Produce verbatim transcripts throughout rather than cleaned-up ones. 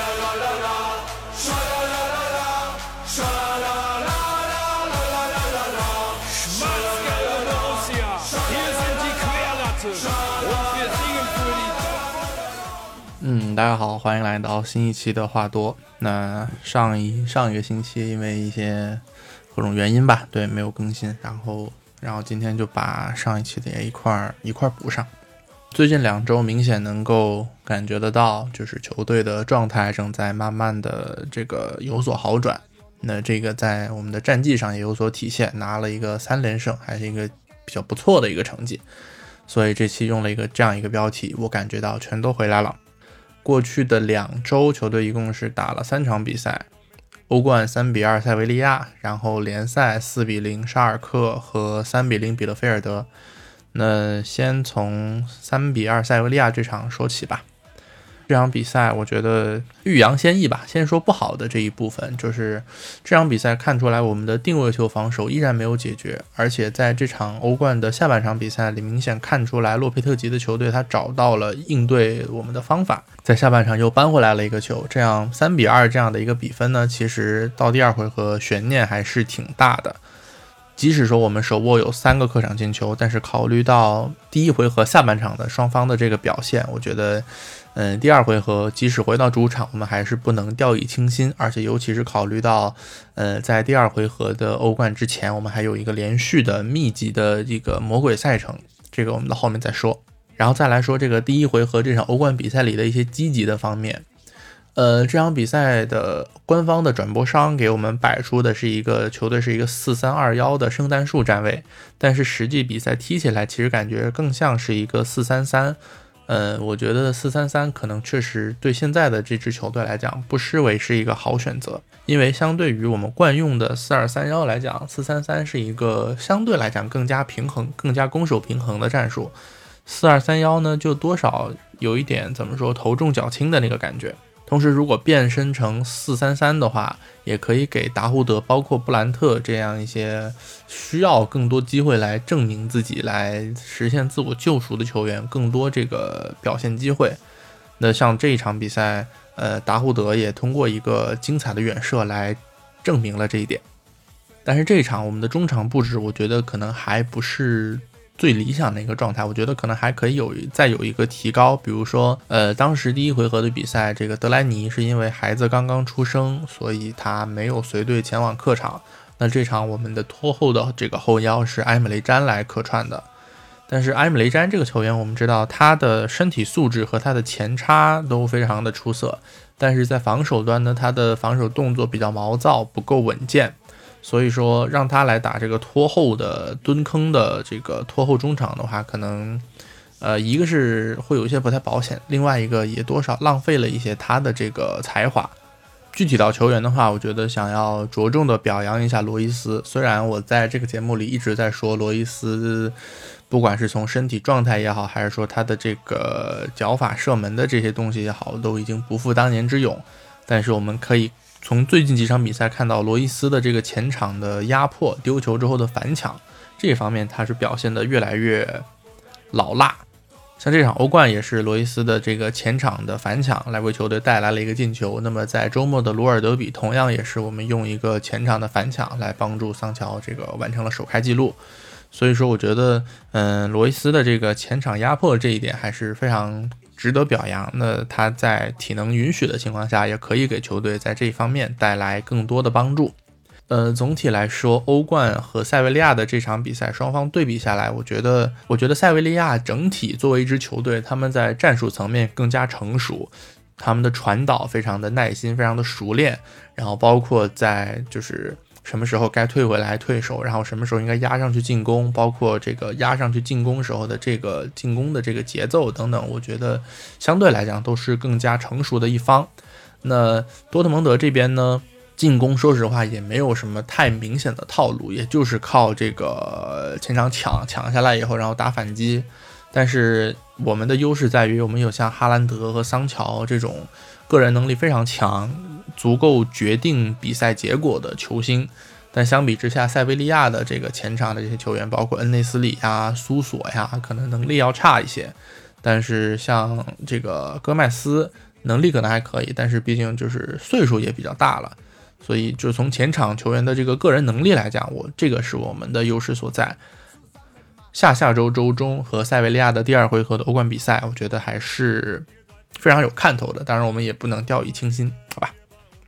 嗯，大家好，欢迎来到新一期的话多。那上一上一个星期因为一些各种原因吧，对，没有更新，然后然后今天就把上一期的也一块一块补上。最近两周明显能够感觉得到，就是球队的状态正在慢慢的这个有所好转。那这个在我们的战绩上也有所体现，拿了一个三连胜，还是一个比较不错的一个成绩。所以这期用了一个这样一个标题，我感觉到全都回来了。过去的两周球队一共是打了三场比赛，欧冠三比二塞维利亚，然后联赛四比零沙尔克和三比零比勒菲尔德。那先从三比二塞维利亚这场说起吧。这场比赛我觉得欲扬先抑吧，先说不好的这一部分，就是这场比赛看出来我们的定位球防守依然没有解决，而且在这场欧冠的下半场比赛里明显看出来洛佩特吉的球队他找到了应对我们的方法，在下半场又扳回来了一个球，这样三比二这样的一个比分呢，其实到第二回合悬念还是挺大的。即使说我们手握有三个客场进球，但是考虑到第一回合下半场的双方的这个表现，我觉得嗯，第二回合即使回到主场我们还是不能掉以轻心，而且尤其是考虑到呃，在第二回合的欧冠之前我们还有一个连续的密集的一个魔鬼赛程，这个我们到后面再说。然后再来说这个第一回合这场欧冠比赛里的一些积极的方面。呃，这场比赛的官方的转播商给我们摆出的是一个球队是一个四三二一的圣诞树站位，但是实际比赛踢起来其实感觉更像是一个四三三。呃，我觉得四三三可能确实对现在的这支球队来讲不失为是一个好选择，因为相对于我们惯用的四二三一来讲，四三三是一个相对来讲更加平衡更加攻守平衡的战术，四二三一呢就多少有一点怎么说头重脚轻的那个感觉。同时如果变身成四三三的话，也可以给达胡德包括布兰特这样一些需要更多机会来证明自己来实现自我救赎的球员更多这个表现机会。那像这一场比赛呃，达胡德也通过一个精彩的远射来证明了这一点。但是这一场我们的中场布置我觉得可能还不是最理想的一个状态，我觉得可能还可以有再有一个提高。比如说呃，当时第一回合的比赛，这个德莱尼是因为孩子刚刚出生，所以他没有随队前往客场，那这场我们的拖后的这个后腰是埃姆雷詹来客串的。但是埃姆雷詹这个球员我们知道他的身体素质和他的前插都非常的出色，但是在防守端呢，他的防守动作比较毛躁，不够稳健，所以说让他来打这个拖后的蹲坑的这个拖后中场的话，可能呃一个是会有一些不太保险，另外一个也多少浪费了一些他的这个才华。具体到球员的话，我觉得想要着重的表扬一下罗伊斯，虽然我在这个节目里一直在说罗伊斯不管是从身体状态也好，还是说他的这个脚法射门的这些东西也好，都已经不复当年之勇，但是我们可以从最近几场比赛看到罗伊斯的这个前场的压迫，丢球之后的反抢，这一方面他是表现得越来越老辣。像这场欧冠也是罗伊斯的这个前场的反抢来为球队带来了一个进球，那么在周末的鲁尔德比同样也是我们用一个前场的反抢来帮助桑乔这个完成了首开纪录。所以说我觉得嗯，罗伊斯的这个前场压迫这一点还是非常值得表扬，那他在体能允许的情况下也可以给球队在这一方面带来更多的帮助。呃，总体来说欧冠和塞维利亚的这场比赛双方对比下来，我觉得我觉得塞维利亚整体作为一支球队，他们在战术层面更加成熟，他们的传导非常的耐心，非常的熟练，然后包括在就是什么时候该退回来退守，然后什么时候应该压上去进攻，包括这个压上去进攻时候的这个进攻的这个节奏等等，我觉得相对来讲都是更加成熟的一方。那多特蒙德这边呢，进攻说实话也没有什么太明显的套路，也就是靠这个前场抢抢下来以后然后打反击，但是我们的优势在于我们有像哈兰德和桑乔这种个人能力非常强，足够决定比赛结果的球星。但相比之下，塞维利亚的这个前场的这些球员，包括恩内斯里呀、苏索呀，可能能力要差一些。但是像这个戈麦斯， 能力可能还可以，但是毕竟就是岁数也比较大了，所以就从前场球员的这个个人能力来讲，我这个是我们的优势所在。下下周周中和塞维利亚的第二回合的欧冠比赛，我觉得还是非常有看头的，当然我们也不能掉以轻心，好吧。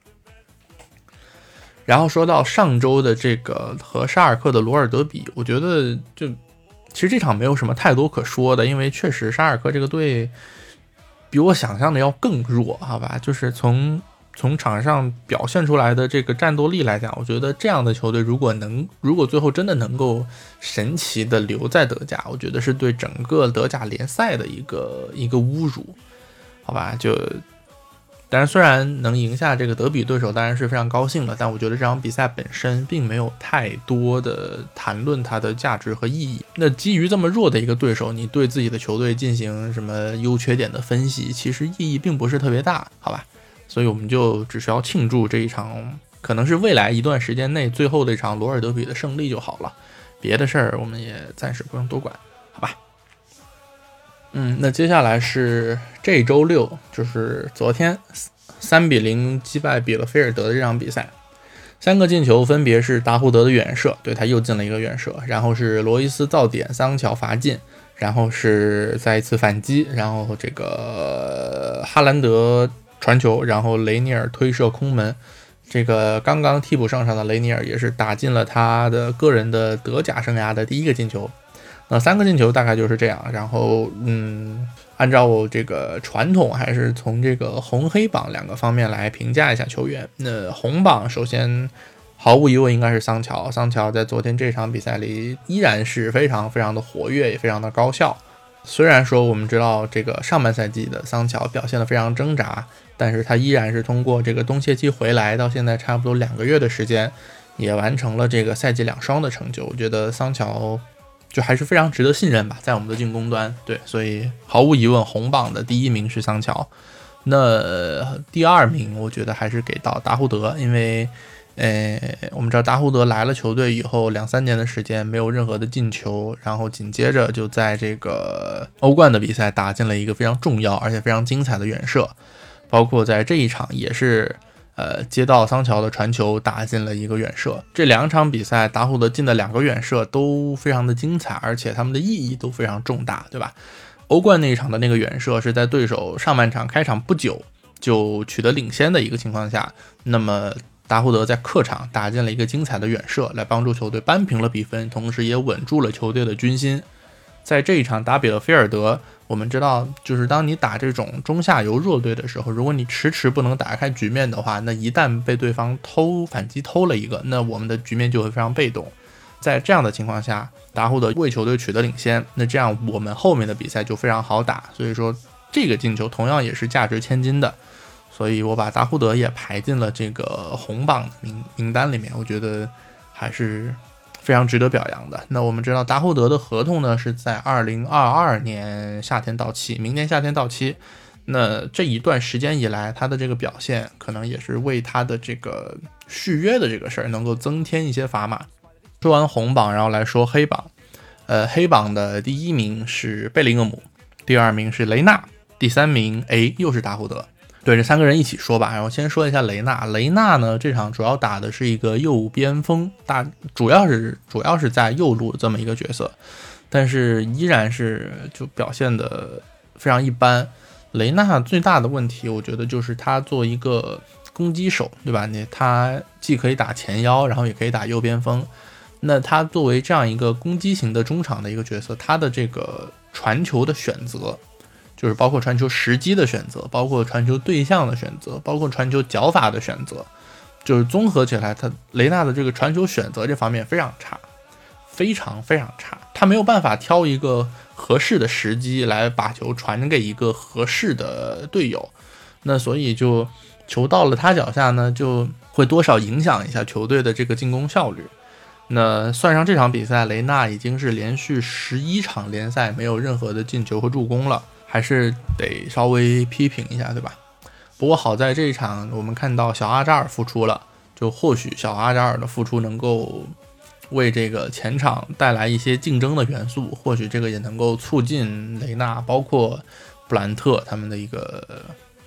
然后说到上周的这个和沙尔克的罗尔德比，我觉得就其实这场没有什么太多可说的，因为确实沙尔克这个队比我想象的要更弱，好吧，就是从从场上表现出来的这个战斗力来讲，我觉得这样的球队如果能如果最后真的能够神奇的留在德甲，我觉得是对整个德甲联赛的一个一个侮辱，好吧，就当然虽然能赢下这个德比对手当然是非常高兴了，但我觉得这场比赛本身并没有太多的谈论它的价值和意义。那基于这么弱的一个对手，你对自己的球队进行什么优缺点的分析，其实意义并不是特别大，好吧，所以我们就只需要庆祝这一场可能是未来一段时间内最后的一场罗尔德比的胜利就好了，别的事儿我们也暂时不用多管，好吧。嗯，那接下来是这周六，就是昨天三比零击败比勒菲尔德的这场比赛，三个进球分别是达胡德的远射，对，他又进了一个远射，然后是罗伊斯造点，桑乔罚进，然后是再一次反击，然后这个哈兰德传球，然后雷尼尔推射空门，这个刚刚替补上场的雷尼尔也是打进了他的个人的德甲生涯的第一个进球。那三个进球大概就是这样，然后嗯，按照这个传统，还是从这个红黑榜两个方面来评价一下球员。那红榜首先毫无疑问应该是桑乔，桑乔在昨天这场比赛里依然是非常非常的活跃，也非常的高效。虽然说我们知道这个上半赛季的桑乔表现得非常挣扎，但是他依然是通过这个冬歇期回来到现在差不多两个月的时间，也完成了这个赛季两双的成就。我觉得桑乔就还是非常值得信任吧，在我们的进攻端，对，所以毫无疑问红榜的第一名是桑乔。那第二名我觉得还是给到达胡德，因为呃，我们知道达胡德来了球队以后两三年的时间没有任何的进球，然后紧接着就在这个欧冠的比赛打进了一个非常重要而且非常精彩的远射，包括在这一场也是呃，接到桑乔的传球打进了一个远射。这两场比赛达胡德进的两个远射都非常的精彩，而且他们的意义都非常重大，对吧？欧冠那一场的那个远射是在对手上半场开场不久就取得领先的一个情况下，那么达胡德在客场打进了一个精彩的远射，来帮助球队扳平了比分，同时也稳住了球队的军心。在这一场打比勒菲尔德，我们知道就是当你打这种中下游弱队的时候，如果你迟迟不能打开局面的话，那一旦被对方偷反击偷了一个，那我们的局面就会非常被动。在这样的情况下，达胡德为球队取得领先，那这样我们后面的比赛就非常好打，所以说这个进球同样也是价值千金的，所以我把达胡德也排进了这个红榜名名单里面，我觉得还是非常值得表扬的。那我们知道达胡德的合同呢是在二零二二年夏天到期，明年夏天到期。那这一段时间以来，他的这个表现可能也是为他的这个续约的这个事儿能够增添一些砝码。说完红榜，然后来说黑榜。呃，黑榜的第一名是贝林厄姆，第二名是雷纳，第三名哎又是达胡德。对，这三个人一起说吧。然后先说一下雷纳，雷纳呢这场主要打的是一个右边锋，大主要是主要是在右路这么一个角色，但是依然是就表现的非常一般。雷纳最大的问题，我觉得就是他做一个攻击手，对吧？你他既可以打前腰，然后也可以打右边锋。那他作为这样一个攻击型的中场的一个角色，他的这个传球的选择，就是包括传球时机的选择，包括传球对象的选择，包括传球脚法的选择，就是综合起来，他雷纳的这个传球选择这方面非常差，非常非常差。他没有办法挑一个合适的时机来把球传给一个合适的队友，那所以就球到了他脚下呢，就会多少影响一下球队的这个进攻效率。那算上这场比赛，雷纳已经是连续十一场联赛没有任何的进球和助攻了，还是得稍微批评一下，对吧？不过好在这一场我们看到小阿扎尔复出了，就或许小阿扎尔的复出能够为这个前场带来一些竞争的元素，或许这个也能够促进雷纳包括布兰特他们的一个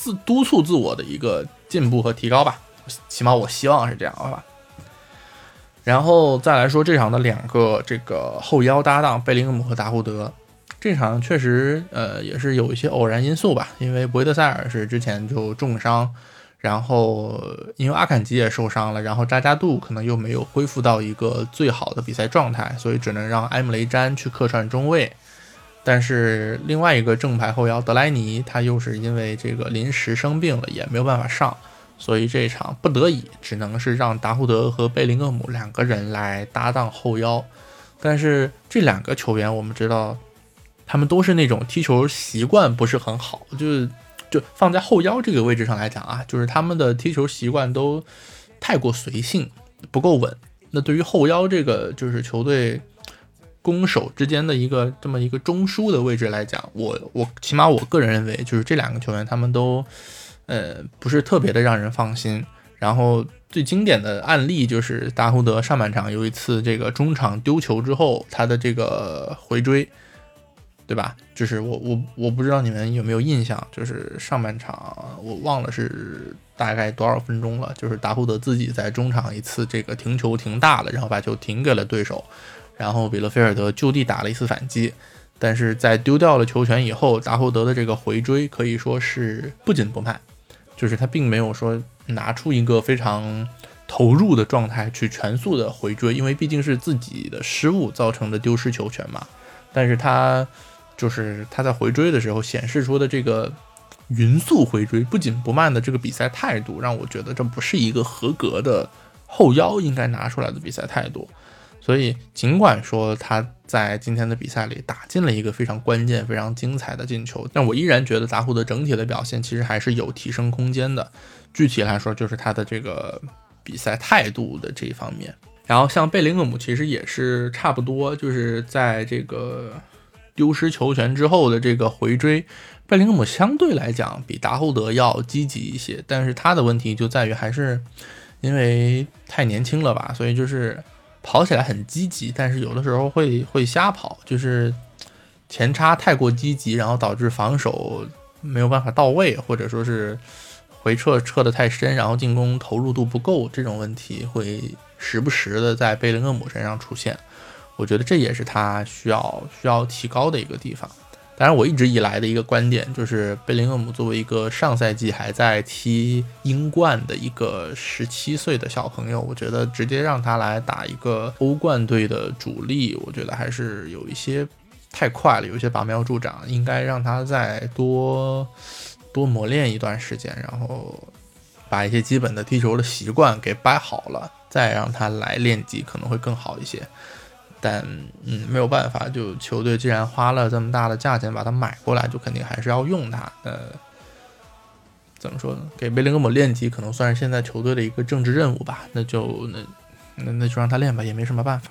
自督促自我的一个进步和提高吧，起码我希望是这样，好吧。然后再来说这场的两个这个后腰搭档贝林厄姆和达胡德，这场确实呃也是有一些偶然因素吧，因为博伊德塞尔是之前就重伤，然后因为阿坎吉也受伤了，然后扎加杜可能又没有恢复到一个最好的比赛状态，所以只能让埃姆雷詹去客串中卫。但是另外一个正牌后腰德莱尼他又是因为这个临时生病了，也没有办法上，所以这一场不得已只能是让达胡德和贝林厄姆两个人来搭档后腰。但是这两个球员我们知道他们都是那种踢球习惯不是很好，就是就放在后腰这个位置上来讲啊，就是他们的踢球习惯都太过随性，不够稳。那对于后腰这个就是球队攻守之间的一个这么一个中枢的位置来讲，我我起码我个人认为，就是这两个球员他们都呃不是特别的让人放心。然后最经典的案例就是达胡德上半场有一次这个中场丢球之后，他的这个回追，对吧？就是我我我不知道你们有没有印象，就是上半场我忘了是大概多少分钟了，就是达胡德自己在中场一次这个停球停大了，然后把球停给了对手，然后比勒菲尔德就地打了一次反击，但是在丢掉了球权以后，达胡德的这个回追可以说是不紧不慢，就是他并没有说拿出一个非常投入的状态去全速的回追，因为毕竟是自己的失误造成的丢失球权嘛。但是他就是他在回追的时候显示出的这个匀速回追不紧不慢的这个比赛态度，让我觉得这不是一个合格的后腰应该拿出来的比赛态度。所以尽管说他在今天的比赛里打进了一个非常关键非常精彩的进球，但我依然觉得达胡德整体的表现其实还是有提升空间的。具体来说就是他的这个比赛态度的这一方面。然后像贝林厄姆其实也是差不多，就是在这个丢失球权之后的这个回追，贝林厄姆相对来讲比达胡德要积极一些，但是他的问题就在于还是因为太年轻了吧，所以就是跑起来很积极，但是有的时候会会瞎跑，就是前插太过积极，然后导致防守没有办法到位，或者说是回撤撤得太深，然后进攻投入度不够，这种问题会时不时的在贝林厄姆身上出现。我觉得这也是他需要需要提高的一个地方。当然我一直以来的一个观点就是贝林厄姆作为一个上赛季还在踢英冠的一个十七岁的小朋友，我觉得直接让他来打一个欧冠队的主力，我觉得还是有一些太快了，有一些拔苗助长，应该让他再多多磨练一段时间，然后把一些基本的踢球的习惯给摆好了，再让他来练级可能会更好一些。但嗯，没有办法，就球队既然花了这么大的价钱把他买过来，就肯定还是要用他。呃，怎么说呢？给贝林厄姆练级可能算是现在球队的一个政治任务吧。那就那那那就让他练吧，也没什么办法。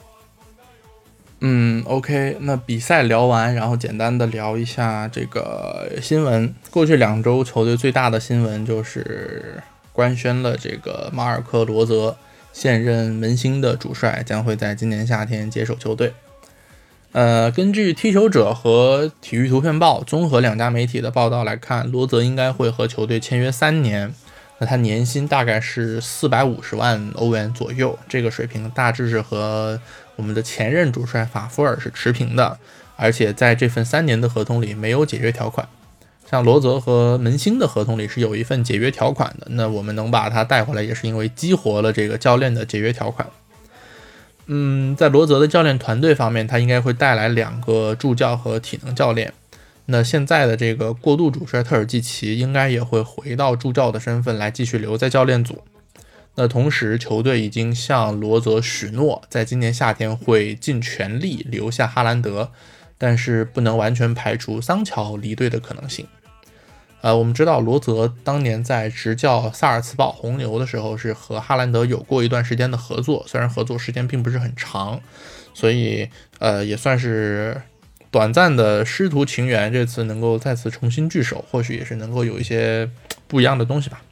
嗯 ，OK， 那比赛聊完，然后简单的聊一下这个新闻。过去两周球队最大的新闻就是官宣了这个马尔科·罗泽现任门兴的主帅将会在今年夏天接手球队。呃，根据踢球者和体育图片报综合两家媒体的报道来看，罗泽应该会和球队签约三年，那他年薪大概是四百五十万欧元左右，这个水平大致是和我们的前任主帅法夫尔是持平的，而且在这份三年的合同里没有解约条款。像罗泽和门兴的合同里是有一份解约条款的，那我们能把他带回来也是因为激活了这个教练的解约条款。嗯，在罗泽的教练团队方面，他应该会带来两个助教和体能教练。那现在的这个过渡主帅特尔季奇应该也会回到助教的身份来继续留在教练组。那同时球队已经向罗泽许诺，在今年夏天会尽全力留下哈兰德，但是不能完全排除桑乔离队的可能性。呃，我们知道罗泽当年在执教萨尔茨堡红牛的时候是和哈兰德有过一段时间的合作，虽然合作时间并不是很长，所以呃也算是短暂的师徒情缘，这次能够再次重新聚首，或许也是能够有一些不一样的东西吧。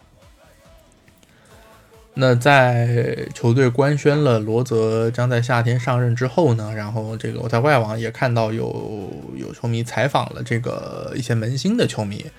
那在球队官宣了罗泽将在夏天上任之后呢，然后这个我在外网也看到有有球迷采访了这个一些门兴的球迷，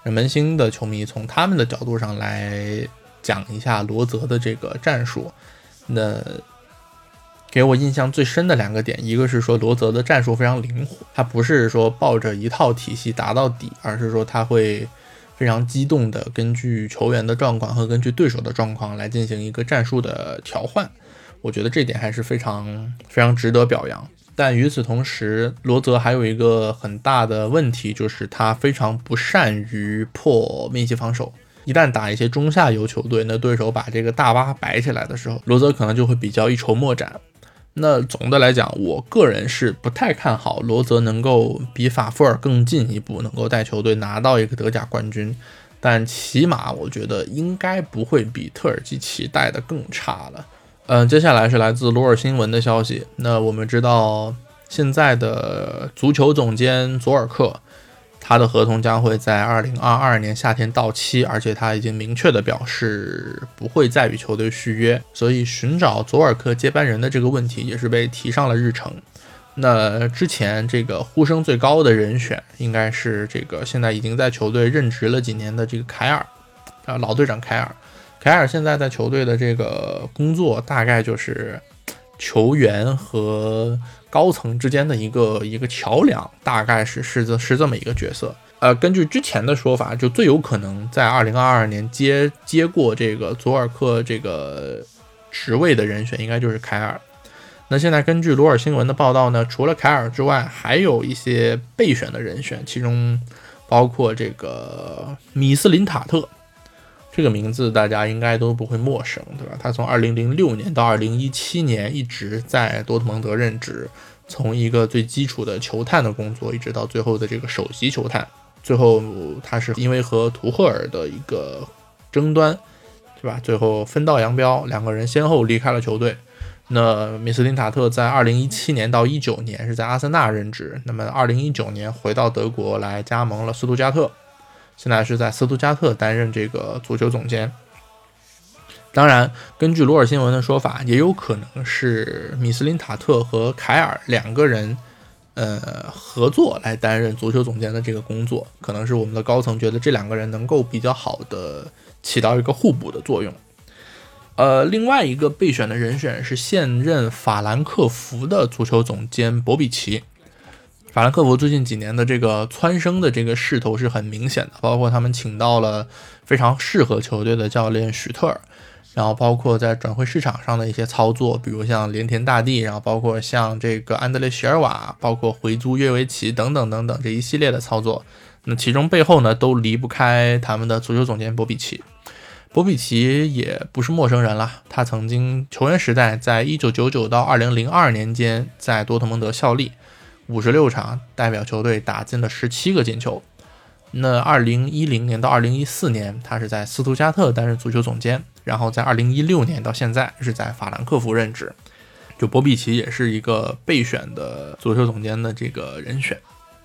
门兴的球迷从他们的角度上来讲一下罗泽的这个战术。那给我印象最深的两个点，一个是说罗泽的战术非常灵活，他不是说抱着一套体系打到底，而是说他会非常机动的根据球员的状况和根据对手的状况来进行一个战术的调换，我觉得这点还是非常非常值得表扬。但与此同时，罗泽还有一个很大的问题，就是他非常不善于破密集防守。一旦打一些中下游球队，那对手把这个大巴摆起来的时候，罗泽可能就会比较一筹莫展。那总的来讲，我个人是不太看好罗泽能够比法夫尔更进一步，能够带球队拿到一个德甲冠军，但起码我觉得应该不会比特尔基奇带的更差了。嗯、呃，接下来是来自罗尔新闻的消息。那我们知道，现在的足球总监佐尔克，他的合同将会在二零二二年夏天到期，而且他已经明确的表示不会再与球队续约，所以寻找佐尔克接班人的这个问题也是被提上了日程。那之前这个呼声最高的人选应该是这个现在已经在球队任职了几年的这个凯尔，啊，老队长凯尔。凯尔现在在球队的这个工作大概就是球员和高层之间的一个一个桥梁，大概是是是这么一个角色。呃，根据之前的说法，就最有可能在二零二二年接接过这个佐尔克这个职位的人选，应该就是凯尔。那现在根据罗尔新闻的报道呢，除了凯尔之外，还有一些备选的人选，其中包括这个米斯林塔特。这个名字大家应该都不会陌生，对吧？他从二零零六年到二零一七年一直在多特蒙德任职，从一个最基础的球探的工作，一直到最后的这个首席球探。最后他是因为和图赫尔的一个争端，对吧？最后分道扬镳，两个人先后离开了球队。那米斯林塔特在二零一七年到一九年是在阿森纳任职，那么二零一九年回到德国来加盟了斯图加特。现在是在斯图加特担任这个足球总监。当然，根据罗尔新闻的说法，也有可能是米斯林塔特和凯尔两个人呃合作来担任足球总监的这个工作，可能是我们的高层觉得这两个人能够比较好的起到一个互补的作用。呃，另外一个备选的人选是现任法兰克福的足球总监博比奇。法兰克福最近几年的这个蹿升的这个势头是很明显的，包括他们请到了非常适合球队的教练许特尔，然后包括在转会市场上的一些操作，比如像连田大地，然后包括像这个安德烈席尔瓦，包括回租约维奇等等等等这一系列的操作，那其中背后呢都离不开他们的足球总监博比奇。博比奇也不是陌生人了，他曾经球员时代在一九九九到二零零二年间在多特蒙德效力，五十六场代表球队打进了十七个进球。那二零一零年到二零一四年他是在斯图加特担任足球总监，然后在二零一六年到现在是在法兰克福任职。就博比奇也是一个备选的足球总监的这个人选。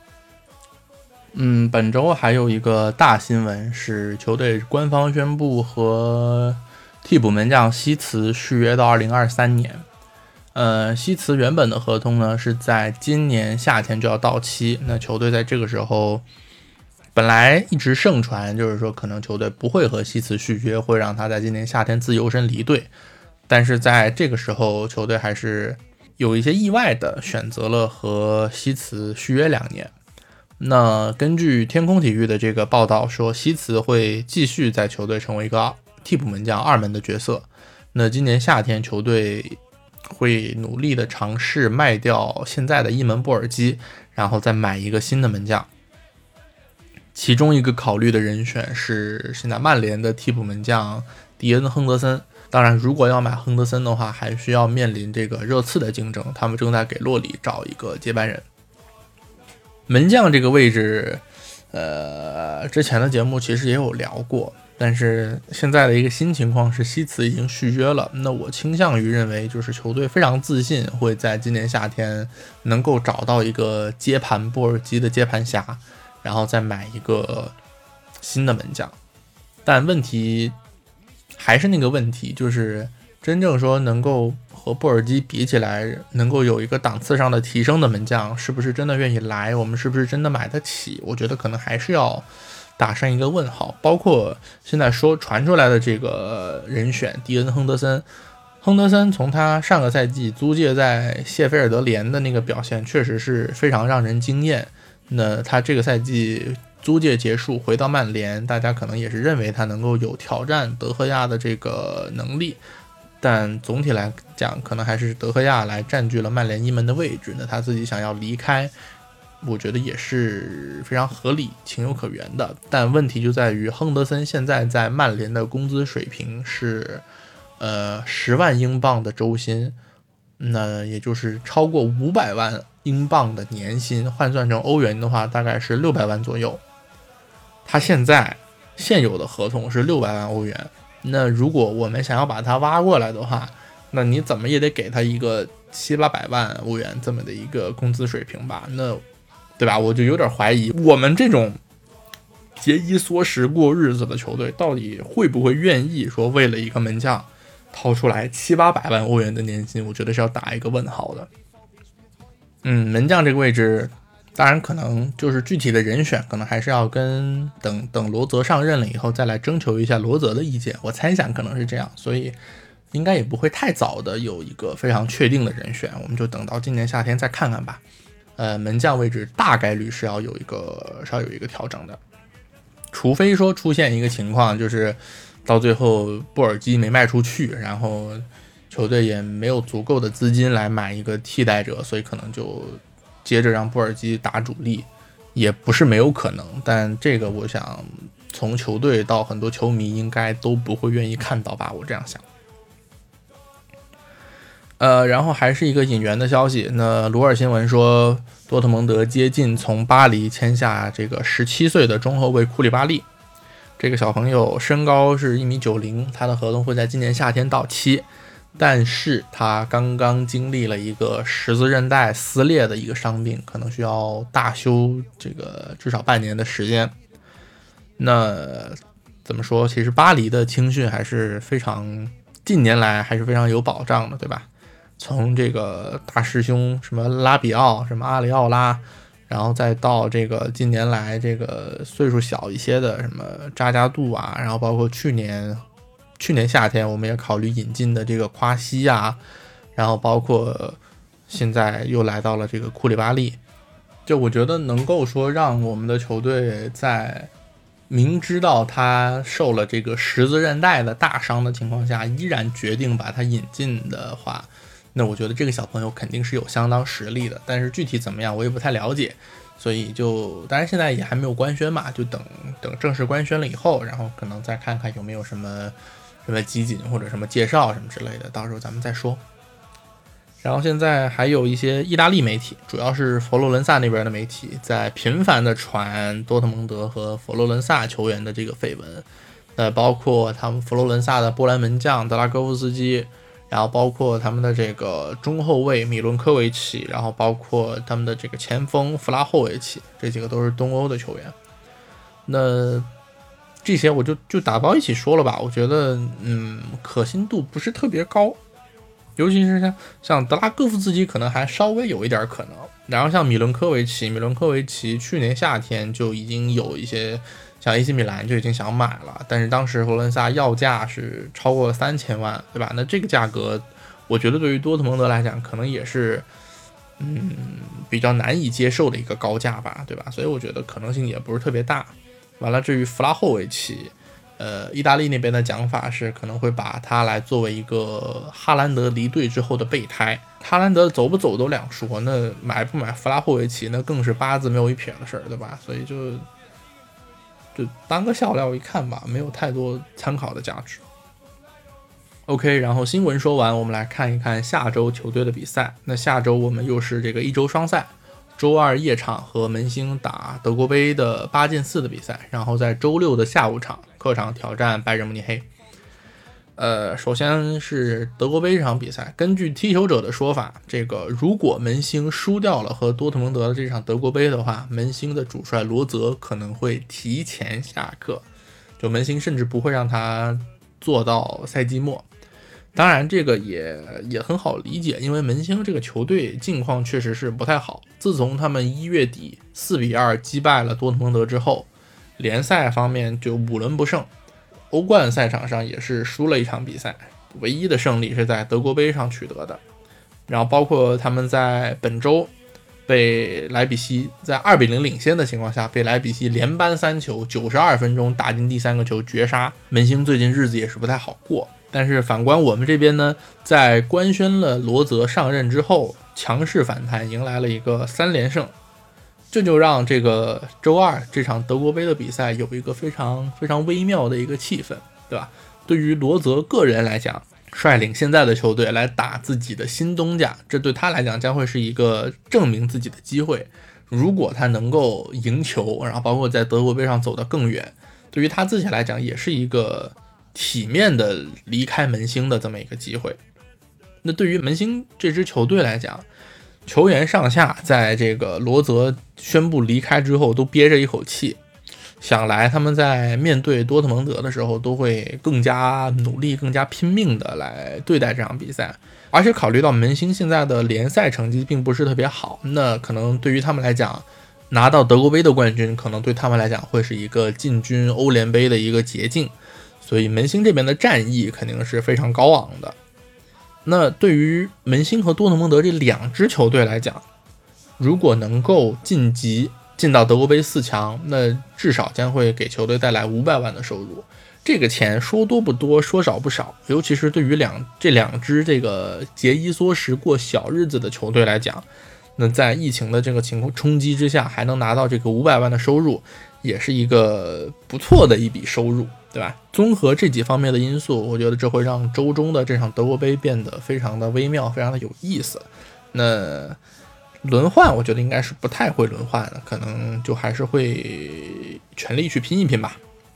嗯，本周还有一个大新闻是球队官方宣布和替补门将希茨续约到二零二三年。呃，希茨原本的合同呢是在今年夏天就要到期，那球队在这个时候本来一直盛传，就是说可能球队不会和希茨续约，会让他在今年夏天自由身离队，但是在这个时候球队还是有一些意外的选择了和希茨续约两年。那根据天空体育的这个报道说，希茨会继续在球队成为一个替补门将二门的角色。那今年夏天球队会努力的尝试卖掉现在的一门布尔基，然后再买一个新的门将。其中一个考虑的人选是现在曼联的替补门将迪恩·亨德森。当然，如果要买亨德森的话，还需要面临这个热刺的竞争，他们正在给洛里找一个接班人。门将这个位置，呃，之前的节目其实也有聊过，但是现在的一个新情况是希茨已经续约了，那我倾向于认为就是球队非常自信会在今年夏天能够找到一个接盘波尔基的接盘侠，然后再买一个新的门将。但问题还是那个问题，就是真正说能够和布尔基比起来能够有一个档次上的提升的门将，是不是真的愿意来，我们是不是真的买得起，我觉得可能还是要打上一个问号。包括现在说传出来的这个人选迪恩·亨德森，亨德森从他上个赛季租借在谢菲尔德联的那个表现确实是非常让人惊艳。那他这个赛季租借结束回到曼联，大家可能也是认为他能够有挑战德赫亚的这个能力，但总体来讲可能还是德赫亚来占据了曼联一门的位置。那他自己想要离开，我觉得也是非常合理情有可原的。但问题就在于亨德森现在在曼联的工资水平是呃十万英镑的周薪，那也就是超过五百万英镑的年薪，换算成欧元的话大概是六百万左右。他现在现有的合同是六百万欧元，那如果我们想要把他挖过来的话，那你怎么也得给他一个七八百万欧元这么的一个工资水平吧，那对吧？我就有点怀疑我们这种节衣缩食过日子的球队到底会不会愿意说为了一个门将掏出来七八百万欧元的年薪，我觉得是要打一个问号的。嗯，门将这个位置当然可能就是具体的人选可能还是要跟等等罗泽上任了以后再来征求一下罗泽的意见，我猜想可能是这样，所以应该也不会太早的有一个非常确定的人选，我们就等到今年夏天再看看吧。呃，门将位置大概率是要有一个是要有一个调整的，除非说出现一个情况，就是到最后布尔基没卖出去，然后球队也没有足够的资金来买一个替代者，所以可能就接着让布尔基打主力，也不是没有可能。但这个我想从球队到很多球迷应该都不会愿意看到吧，我这样想。呃，然后还是一个引援的消息，那罗尔新闻说多特蒙德接近从巴黎签下这个十七岁的中后卫库里巴利。这个小朋友身高是一米九零，他的合同会在今年夏天到期，但是他刚刚经历了一个十字韧带撕裂的一个伤病，可能需要大休这个至少半年的时间。那怎么说，其实巴黎的青训还是非常近年来还是非常有保障的，对吧？从这个大师兄什么拉比奥什么阿里奥拉，然后再到这个近年来这个岁数小一些的什么扎加杜啊，然后包括去年去年夏天我们也考虑引进的这个夸西啊，然后包括现在又来到了这个库里巴利，就我觉得能够说让我们的球队在明知道他受了这个十字韧带的大伤的情况下依然决定把他引进的话，那我觉得这个小朋友肯定是有相当实力的，但是具体怎么样我也不太了解，所以就当然现在也还没有官宣嘛，就等等正式官宣了以后，然后可能再看看有没有什么什么集锦或者什么介绍什么之类的，到时候咱们再说。然后现在还有一些意大利媒体，主要是佛罗伦萨那边的媒体在频繁的传多特蒙德和佛罗伦萨球员的这个绯闻，呃，包括他们佛罗伦萨的波兰门将德拉戈夫斯基，然后包括他们的这个中后卫米伦科维奇，然后包括他们的这个前锋弗拉霍维奇，这几个都是东欧的球员。那这些我就就打包一起说了吧，我觉得嗯可信度不是特别高，尤其是像像德拉戈夫斯基可能还稍微有一点可能，然后像米伦科维奇，米伦科维奇去年夏天就已经有一些像 A C 米兰就已经想买了，但是当时佛罗伦萨要价是超过三千万，对吧？那这个价格我觉得对于多特蒙德来讲可能也是嗯比较难以接受的一个高价吧，对吧？所以我觉得可能性也不是特别大。完了，至于弗拉霍维奇，呃，意大利那边的讲法是可能会把他来作为一个哈兰德离队之后的备胎，哈兰德走不走都两说，那买不买弗拉霍维奇那更是八字没有一撇的事儿，对吧？所以就就当个笑料一看吧，没有太多参考的价值。OK， 然后新闻说完，我们来看一看下周球队的比赛。那下周我们又是这个一周双赛，周二夜场和门兴打德国杯的八进四的比赛，然后在周六的下午场客场挑战拜仁慕尼黑。呃，首先是德国杯这场比赛，根据踢球者的说法，这个如果门兴输掉了和多特蒙德的这场德国杯的话，门兴的主帅罗泽可能会提前下课，就门兴甚至不会让他做到赛季末。当然这个也也很好理解，因为门兴这个球队近况确实是不太好，自从他们一月底四比二击败了多特蒙德之后， 联赛方面就五轮不胜，欧冠赛场上也是输了一场比赛，唯一的胜利是在德国杯上取得的。然后包括他们在本周被莱比锡在二比零领先的情况下，被莱比锡连扳三球，九十二分钟打进第三个球绝杀。门兴最近日子也是不太好过，但是反观我们这边呢，在官宣了罗泽上任之后，强势反弹，迎来了一个三连胜，这就让这个周二这场德国杯的比赛有一个非常非常微妙的一个气氛，对吧？对于罗泽个人来讲，率领现在的球队来打自己的新东家，这对他来讲将会是一个证明自己的机会。如果他能够赢球，然后包括在德国杯上走得更远，对于他自己来讲也是一个体面的离开门兴的这么一个机会。那对于门兴这支球队来讲，球员上下在这个罗泽宣布离开之后都憋着一口气，想来他们在面对多特蒙德的时候都会更加努力更加拼命的来对待这场比赛。而且考虑到门兴现在的联赛成绩并不是特别好，那可能对于他们来讲，拿到德国杯的冠军可能对他们来讲会是一个进军欧联杯的一个捷径，所以门兴这边的战意肯定是非常高昂的。那对于门兴和多特蒙德这两支球队来讲，如果能够晋级进到德国杯四强，那至少将会给球队带来五百万的收入。这个钱说多不多，说少不少，尤其是对于两这两支这个节衣缩食过小日子的球队来讲，那在疫情的这个情况冲击之下，还能拿到这个五百万的收入，也是一个不错的一笔收入，对吧？综合这几方面的因素，我觉得这会让周中的这场德国杯变得非常的微妙，非常的有意思。那轮换我觉得应该是不太会轮换的，可能就还是会全力去拼一拼吧。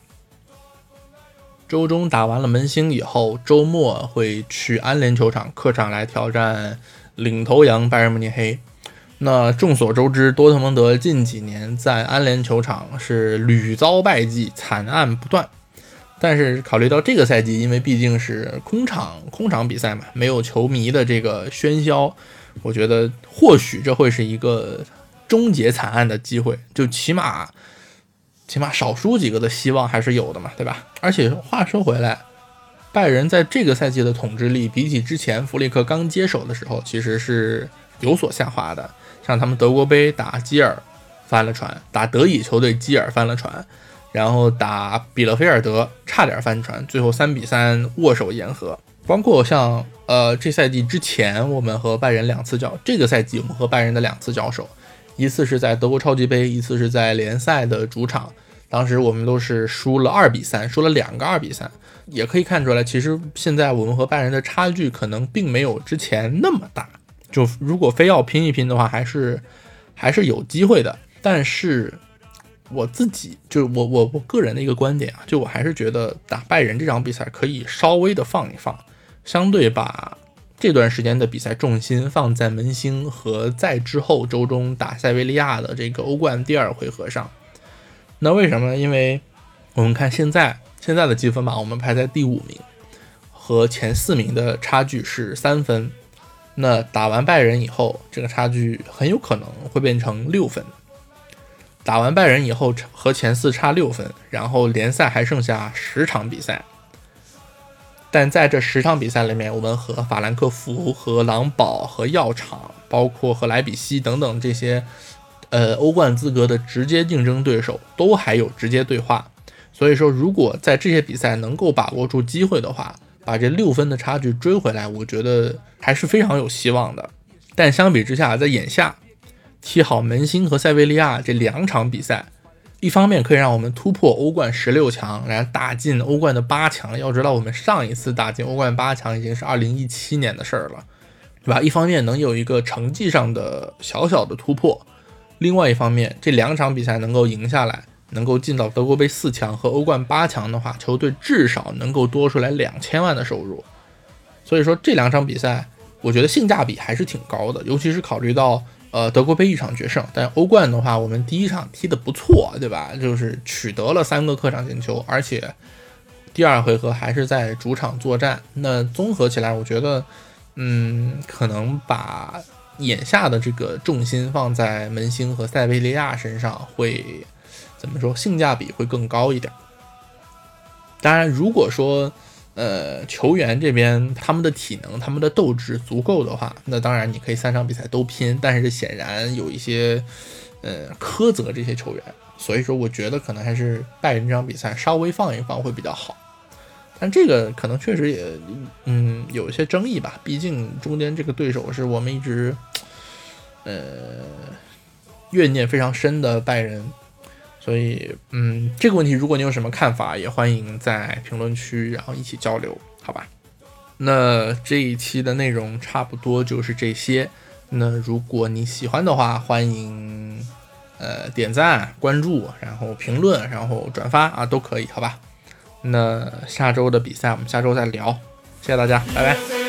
周中打完了门兴以后，周末会去安联球场客场来挑战领头羊拜仁慕尼黑。那众所周知，多特蒙德近几年在安联球场是屡遭败绩，惨案不断。但是考虑到这个赛季，因为毕竟是空场空场比赛嘛，没有球迷的这个喧嚣，我觉得或许这会是一个终结惨案的机会，就起码起码少输几个的希望还是有的嘛，对吧？而且话说回来，拜仁在这个赛季的统治力比起之前弗里克刚接手的时候其实是有所下滑的。像他们德国杯打基尔翻了船，打德乙球队基尔翻了船，然后打比勒菲尔德差点翻船，最后三比三握手言和。包括像呃这赛季之前我们和拜仁两次交，这个赛季我们和拜仁的两次交手，一次是在德国超级杯，一次是在联赛的主场，当时我们都是输了二比三，输了两个二比三。也可以看出来，其实现在我们和拜仁的差距可能并没有之前那么大，就如果非要拼一拼的话，还是还是有机会的。但是我自己就我我我个人的一个观点啊，就我还是觉得打拜仁这场比赛可以稍微的放一放，相对把这段时间的比赛重心放在门兴和在之后周中打塞维利亚的这个欧冠第二回合上。那为什么呢？因为我们看现在现在的积分榜，我们排在第五名，和前四名的差距是三分。那打完拜仁以后，这个差距很有可能会变成六分。打完拜仁以后和前四差六分，然后联赛还剩下十场比赛。但在这十场比赛里面，我们和法兰克福、和狼堡、和药厂，包括和莱比锡等等这些呃欧冠资格的直接竞争对手都还有直接对话。所以说如果在这些比赛能够把握住机会的话，把这六分的差距追回来，我觉得还是非常有希望的。但相比之下，在眼下踢好门兴和塞维利亚这两场比赛，一方面可以让我们突破欧冠十六强，然后打进欧冠的八强。要知道我们上一次打进欧冠八强已经是二零一七年的事儿了，对吧？一方面能有一个成绩上的小小的突破，另外一方面这两场比赛能够赢下来，能够进到德国杯四强和欧冠八强的话，球队至少能够多出来两千万的收入。所以说这两场比赛我觉得性价比还是挺高的，尤其是考虑到呃德国杯一场决胜，但欧冠的话我们第一场踢得不错，对吧？就是取得了三个客场进球，而且第二回合还是在主场作战。那综合起来我觉得嗯可能把眼下的这个重心放在门兴和塞维利亚身上会怎么说，性价比会更高一点。当然，如果说呃球员这边他们的体能、他们的斗志足够的话，那当然你可以三场比赛都拼。但是显然有一些呃苛责这些球员，所以说我觉得可能还是拜仁这场比赛稍微放一放会比较好。但这个可能确实也嗯有一些争议吧，毕竟中间这个对手是我们一直呃怨念非常深的拜仁。所以，嗯，这个问题如果你有什么看法，也欢迎在评论区，然后一起交流，好吧？那这一期的内容差不多就是这些。那如果你喜欢的话，欢迎呃点赞、关注，然后评论，然后转发啊，都可以，好吧？那下周的比赛我们下周再聊，谢谢大家，拜拜。